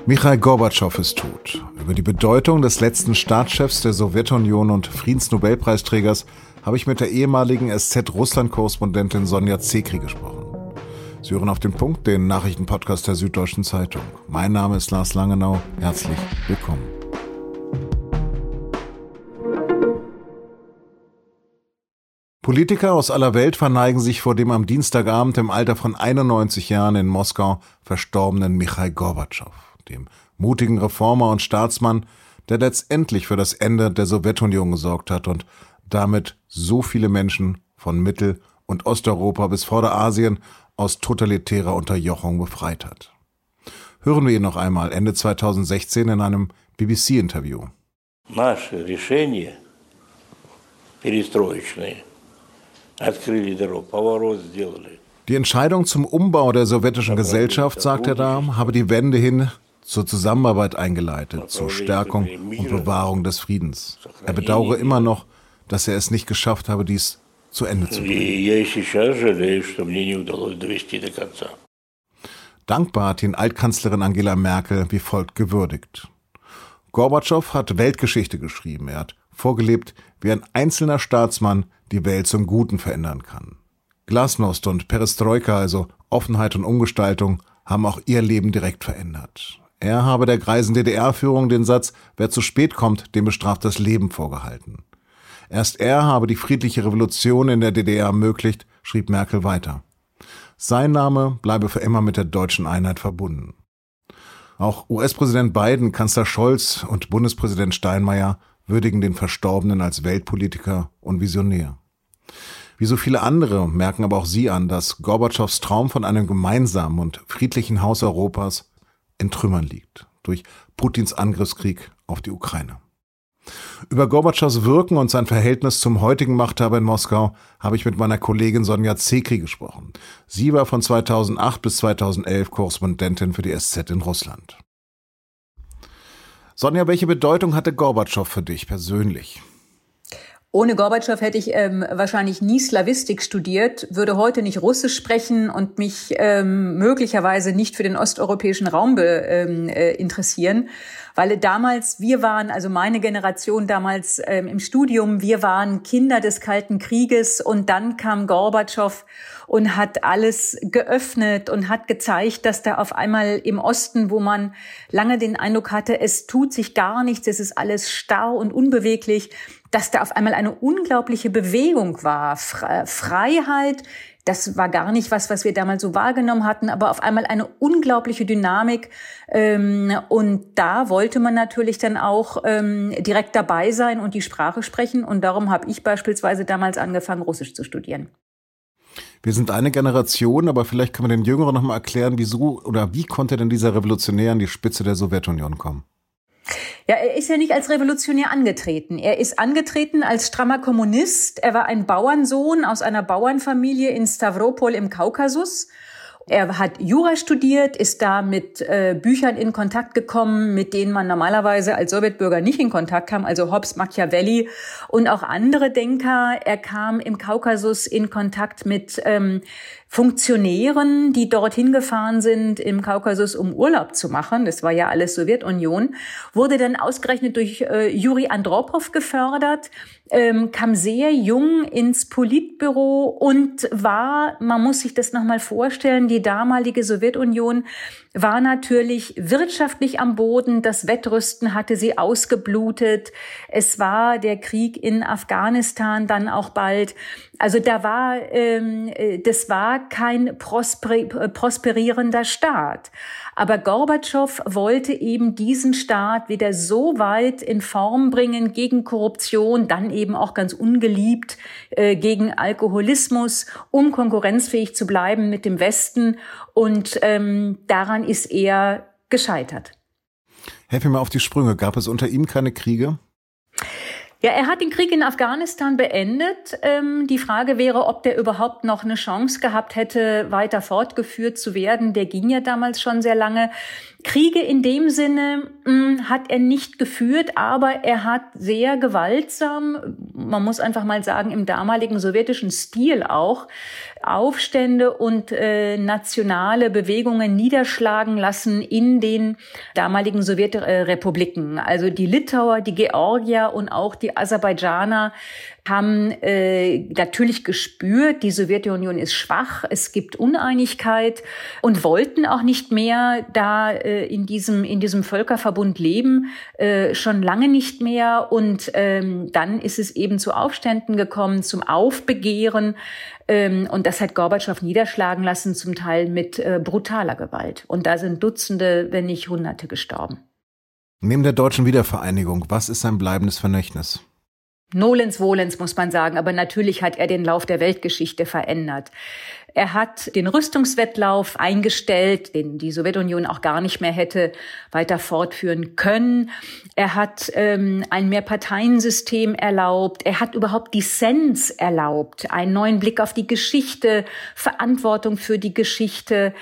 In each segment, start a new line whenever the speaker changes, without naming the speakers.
Michail Gorbatschow ist tot. Über die Bedeutung des letzten Staatschefs der Sowjetunion und Friedensnobelpreisträgers habe ich mit der ehemaligen SZ-Russland-Korrespondentin Sonja Zekri gesprochen. Sie hören auf den Punkt, den Nachrichtenpodcast der Süddeutschen Zeitung. Mein Name ist Lars Langenau. Herzlich willkommen. Politiker aus aller Welt verneigen sich vor dem am Dienstagabend im Alter von 91 Jahren in Moskau verstorbenen Michail Gorbatschow, dem mutigen Reformer und Staatsmann, der letztendlich für das Ende der Sowjetunion gesorgt hat und damit so viele Menschen von Mittel- und Osteuropa bis Vorderasien aus totalitärer Unterjochung befreit hat. Hören wir ihn noch einmal Ende 2016 in einem BBC-Interview.
Наше решение перестроечное открыли дорогу, поворот сделали.
Die Entscheidung zum Umbau der sowjetischen Gesellschaft, sagt er da, habe die Wende hin zur Zusammenarbeit eingeleitet, zur Stärkung und Bewahrung des Friedens. Er bedauere immer noch, dass er es nicht geschafft habe, dies zu Ende zu bringen. Dankbar hat ihn Altkanzlerin Angela Merkel wie folgt gewürdigt. Gorbatschow hat Weltgeschichte geschrieben. Er hat vorgelebt, wie ein einzelner Staatsmann die Welt zum Guten verändern kann. Glasnost und Perestroika, also Offenheit und Umgestaltung, haben auch ihr Leben direkt verändert. Er habe der greisen DDR-Führung den Satz, wer zu spät kommt, dem bestraft das Leben, vorgehalten. Erst er habe die friedliche Revolution in der DDR ermöglicht, schrieb Merkel weiter. Sein Name bleibe für immer mit der deutschen Einheit verbunden. Auch US-Präsident Biden, Kanzler Scholz und Bundespräsident Steinmeier würdigen den Verstorbenen als Weltpolitiker und Visionär. Wie so viele andere merken aber auch sie an, dass Gorbatschows Traum von einem gemeinsamen und friedlichen Haus Europas in Trümmern liegt, durch Putins Angriffskrieg auf die Ukraine. Über Gorbatschows Wirken und sein Verhältnis zum heutigen Machthaber in Moskau habe ich mit meiner Kollegin Sonja Zekri gesprochen. Sie war von 2008 bis 2011 Korrespondentin für die SZ in Russland. Sonja, welche Bedeutung hatte Gorbatschow für dich persönlich?
Ohne Gorbatschow hätte ich wahrscheinlich nie Slawistik studiert, würde heute nicht Russisch sprechen und mich möglicherweise nicht für den osteuropäischen Raum interessieren. Weil damals, wir waren, also meine Generation damals im Studium, wir waren Kinder des Kalten Krieges und dann kam Gorbatschow und hat alles geöffnet und hat gezeigt, dass da auf einmal im Osten, wo man lange den Eindruck hatte, es tut sich gar nichts, es ist alles starr und unbeweglich, dass da auf einmal eine unglaubliche Bewegung war. Freiheit, das war gar nicht was wir damals so wahrgenommen hatten, aber auf einmal eine unglaubliche Dynamik. Und da wollte man natürlich dann auch direkt dabei sein und die Sprache sprechen. Und darum habe ich beispielsweise damals angefangen, Russisch zu studieren.
Wir sind eine Generation, aber vielleicht können wir den Jüngeren noch mal erklären, wieso oder wie konnte denn dieser Revolutionär an die Spitze der Sowjetunion kommen?
Ja, er ist ja nicht als Revolutionär angetreten. Er ist angetreten als strammer Kommunist. Er war ein Bauernsohn aus einer Bauernfamilie in Stavropol im Kaukasus. Er hat Jura studiert, ist da mit Büchern in Kontakt gekommen, mit denen man normalerweise als Sowjetbürger nicht in Kontakt kam, also Hobbes, Machiavelli und auch andere Denker. Er kam im Kaukasus in Kontakt mit Funktionären, die dorthin gefahren sind im Kaukasus, um Urlaub zu machen. Das war ja alles Sowjetunion. Wurde dann ausgerechnet durch Juri Andropow gefördert, kam sehr jung ins Politbüro und war, man muss sich das nochmal vorstellen, die damalige Sowjetunion war natürlich wirtschaftlich am Boden. Das Wettrüsten hatte sie ausgeblutet. Es war der Krieg in Afghanistan dann auch bald. Also das war kein prosperierender Staat. Aber Gorbatschow wollte eben diesen Staat wieder so weit in Form bringen gegen Korruption, dann eben auch ganz ungeliebt gegen Alkoholismus, um konkurrenzfähig zu bleiben mit dem Westen. Und daran ist er gescheitert.
Helf mir mal auf die Sprünge. Gab es unter ihm keine Kriege?
Ja, er hat den Krieg in Afghanistan beendet. Die Frage wäre, ob der überhaupt noch eine Chance gehabt hätte, weiter fortgeführt zu werden. Der ging ja damals schon sehr lange. Kriege in dem Sinne hat er nicht geführt, aber er hat sehr gewaltsam, man muss einfach mal sagen, im damaligen sowjetischen Stil auch, Aufstände und nationale Bewegungen niederschlagen lassen in den damaligen Sowjetrepubliken. Also die Litauer, die Georgier und auch die Aserbaidschaner haben natürlich gespürt, die Sowjetunion ist schwach, es gibt Uneinigkeit und wollten auch nicht mehr da in diesem Völkerverbund leben, schon lange nicht mehr. Und dann ist es eben zu Aufständen gekommen, zum Aufbegehren. Und das hat Gorbatschow niederschlagen lassen, zum Teil mit brutaler Gewalt. Und da sind Dutzende, wenn nicht Hunderte gestorben.
Neben der deutschen Wiedervereinigung, was ist sein bleibendes Vermächtnis?
Nolens volens, muss man sagen, aber natürlich hat er den Lauf der Weltgeschichte verändert. Er hat den Rüstungswettlauf eingestellt, den die Sowjetunion auch gar nicht mehr hätte weiter fortführen können. Er hat ein Mehrparteiensystem erlaubt. Er hat überhaupt Dissens erlaubt, einen neuen Blick auf die Geschichte, Verantwortung für die Geschichte,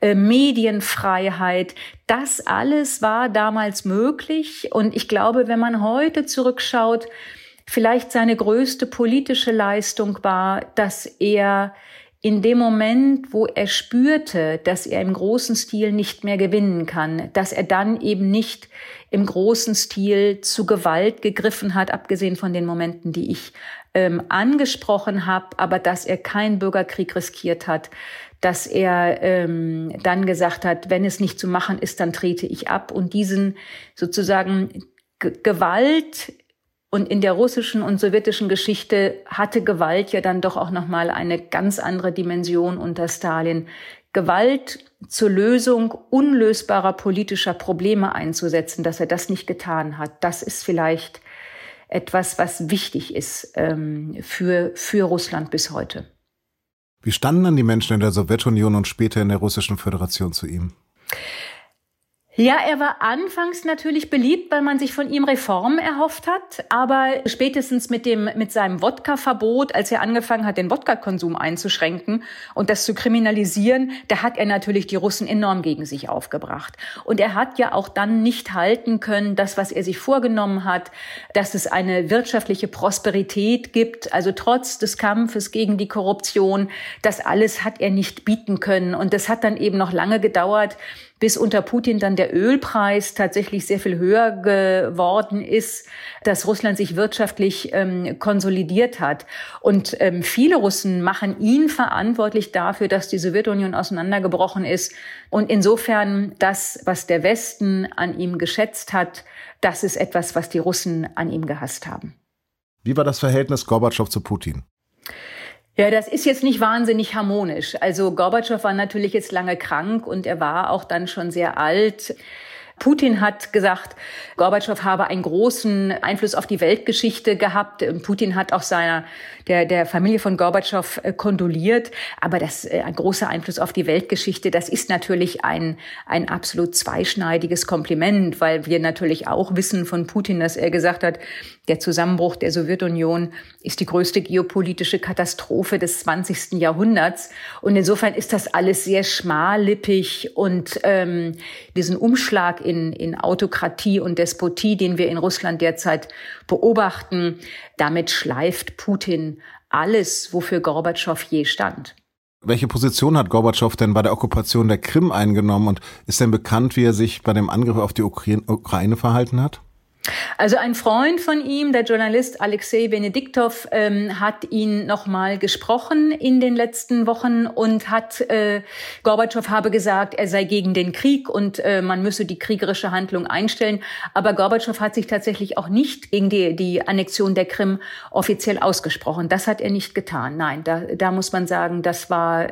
Medienfreiheit. Das alles war damals möglich. Und ich glaube, wenn man heute zurückschaut, vielleicht seine größte politische Leistung war, dass er in dem Moment, wo er spürte, dass er im großen Stil nicht mehr gewinnen kann, dass er dann eben nicht im großen Stil zu Gewalt gegriffen hat, abgesehen von den Momenten, die ich angesprochen habe, aber dass er keinen Bürgerkrieg riskiert hat, dass er dann gesagt hat, wenn es nicht zu machen ist, dann trete ich ab. Und diesen sozusagen Gewalt, und in der russischen und sowjetischen Geschichte hatte Gewalt ja dann doch auch nochmal eine ganz andere Dimension unter Stalin. Gewalt zur Lösung unlösbarer politischer Probleme einzusetzen, dass er das nicht getan hat, das ist vielleicht etwas, was wichtig ist für Russland bis heute.
Wie standen dann die Menschen in der Sowjetunion und später in der Russischen Föderation zu ihm?
Ja, er war anfangs natürlich beliebt, weil man sich von ihm Reformen erhofft hat. Aber spätestens mit seinem Wodka-Verbot, als er angefangen hat, den Wodka-Konsum einzuschränken und das zu kriminalisieren, da hat er natürlich die Russen enorm gegen sich aufgebracht. Und er hat ja auch dann nicht halten können, das, was er sich vorgenommen hat, dass es eine wirtschaftliche Prosperität gibt. Also trotz des Kampfes gegen die Korruption, das alles hat er nicht bieten können. Und das hat dann eben noch lange gedauert, bis unter Putin dann der Ölpreis tatsächlich sehr viel höher geworden ist, dass Russland sich wirtschaftlich konsolidiert hat. Und viele Russen machen ihn verantwortlich dafür, dass die Sowjetunion auseinandergebrochen ist. Und insofern das, was der Westen an ihm geschätzt hat, das ist etwas, was die Russen an ihm gehasst haben.
Wie war das Verhältnis Gorbatschow zu Putin?
Ja, das ist jetzt nicht wahnsinnig harmonisch. Also Gorbatschow war natürlich jetzt lange krank und er war auch dann schon sehr alt. Putin hat gesagt, Gorbatschow habe einen großen Einfluss auf die Weltgeschichte gehabt. Putin hat auch der Familie von Gorbatschow kondoliert. Aber ein großer Einfluss auf die Weltgeschichte, das ist natürlich ein absolut zweischneidiges Kompliment, weil wir natürlich auch wissen von Putin, dass er gesagt hat, der Zusammenbruch der Sowjetunion ist die größte geopolitische Katastrophe des 20. Jahrhunderts. Und insofern ist das alles sehr schmallippig und diesen Umschlag in Autokratie und Despotie, den wir in Russland derzeit beobachten, damit schleift Putin alles, wofür Gorbatschow je stand.
Welche Position hat Gorbatschow denn bei der Okkupation der Krim eingenommen und ist denn bekannt, wie er sich bei dem Angriff auf die Ukraine verhalten hat?
Also ein Freund von ihm, der Journalist Alexei Venediktov, hat ihn nochmal gesprochen in den letzten Wochen und hat Gorbatschow habe gesagt, er sei gegen den Krieg und man müsse die kriegerische Handlung einstellen. Aber Gorbatschow hat sich tatsächlich auch nicht gegen die Annexion der Krim offiziell ausgesprochen. Das hat er nicht getan. Nein, da muss man sagen, das war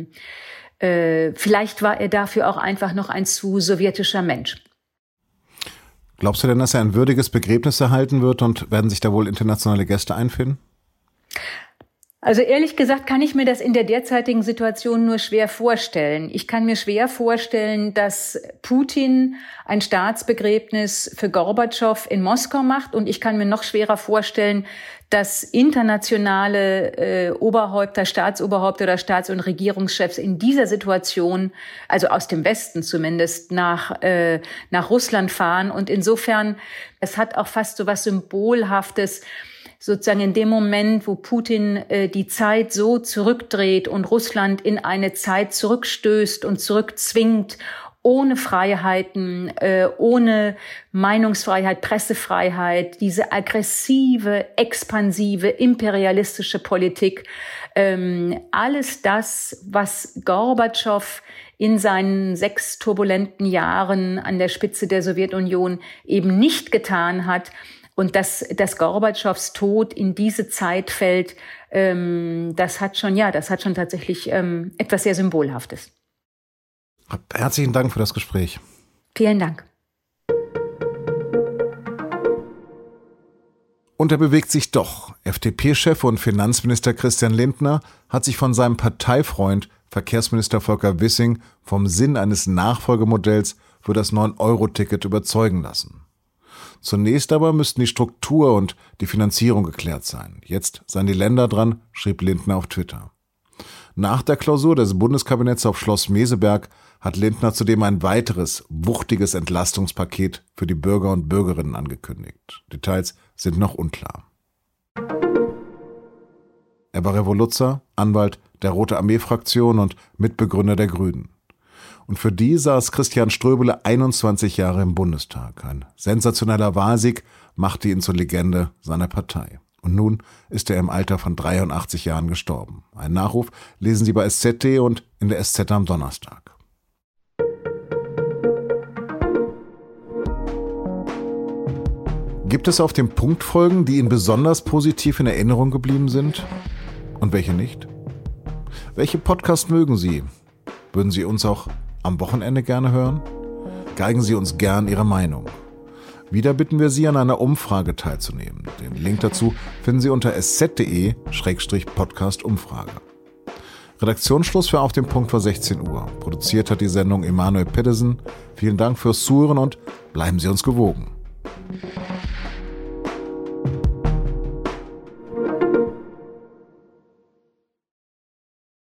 vielleicht war er dafür auch einfach noch ein zu sowjetischer Mensch.
Glaubst du denn, dass er ein würdiges Begräbnis erhalten wird und werden sich da wohl internationale Gäste einfinden?
Also ehrlich gesagt kann ich mir das in der derzeitigen Situation nur schwer vorstellen. Ich kann mir schwer vorstellen, dass Putin ein Staatsbegräbnis für Gorbatschow in Moskau macht. Und ich kann mir noch schwerer vorstellen, dass internationale Oberhäupter, Staatsoberhäupter oder Staats- und Regierungschefs in dieser Situation, also aus dem Westen zumindest, nach Russland fahren. Und insofern, es hat auch fast so was Symbolhaftes, sozusagen in dem Moment, wo Putin die Zeit so zurückdreht und Russland in eine Zeit zurückstößt und zurückzwingt, ohne Freiheiten, ohne Meinungsfreiheit, Pressefreiheit, diese aggressive, expansive, imperialistische Politik, alles das, was Gorbatschow in seinen 6 turbulenten Jahren an der Spitze der Sowjetunion eben nicht getan hat, und dass Gorbatschows Tod in diese Zeit fällt, das hat schon tatsächlich etwas sehr Symbolhaftes.
Herzlichen Dank für das Gespräch.
Vielen Dank.
Und er bewegt sich doch. FDP-Chef und Finanzminister Christian Lindner hat sich von seinem Parteifreund Verkehrsminister Volker Wissing vom Sinn eines Nachfolgemodells für das 9-Euro-Ticket überzeugen lassen. Zunächst aber müssten die Struktur und die Finanzierung geklärt sein. Jetzt seien die Länder dran, schrieb Lindner auf Twitter. Nach der Klausur des Bundeskabinetts auf Schloss Meseberg hat Lindner zudem ein weiteres, wuchtiges Entlastungspaket für die Bürger und Bürgerinnen angekündigt. Details sind noch unklar. Er war Revoluzer, Anwalt der Rote Armee-Fraktion und Mitbegründer der Grünen. Und für die saß Christian Ströbele 21 Jahre im Bundestag. Ein sensationeller Wahlsieg machte ihn zur Legende seiner Partei. Und nun ist er im Alter von 83 Jahren gestorben. Einen Nachruf lesen Sie bei SZ.de und in der SZ am Donnerstag. Gibt es auf dem Punkt Folgen, die Ihnen besonders positiv in Erinnerung geblieben sind? Und welche nicht? Welche Podcast mögen Sie? Würden Sie uns auch am Wochenende gerne hören? Geigen Sie uns gern Ihre Meinung. Wieder bitten wir Sie, an einer Umfrage teilzunehmen. Den Link dazu finden Sie unter sz.de/podcast-Umfrage. Redaktionsschluss für Auf dem Punkt war 16 Uhr. Produziert hat die Sendung Emanuel Pedersen. Vielen Dank fürs Zuhören und bleiben Sie uns gewogen.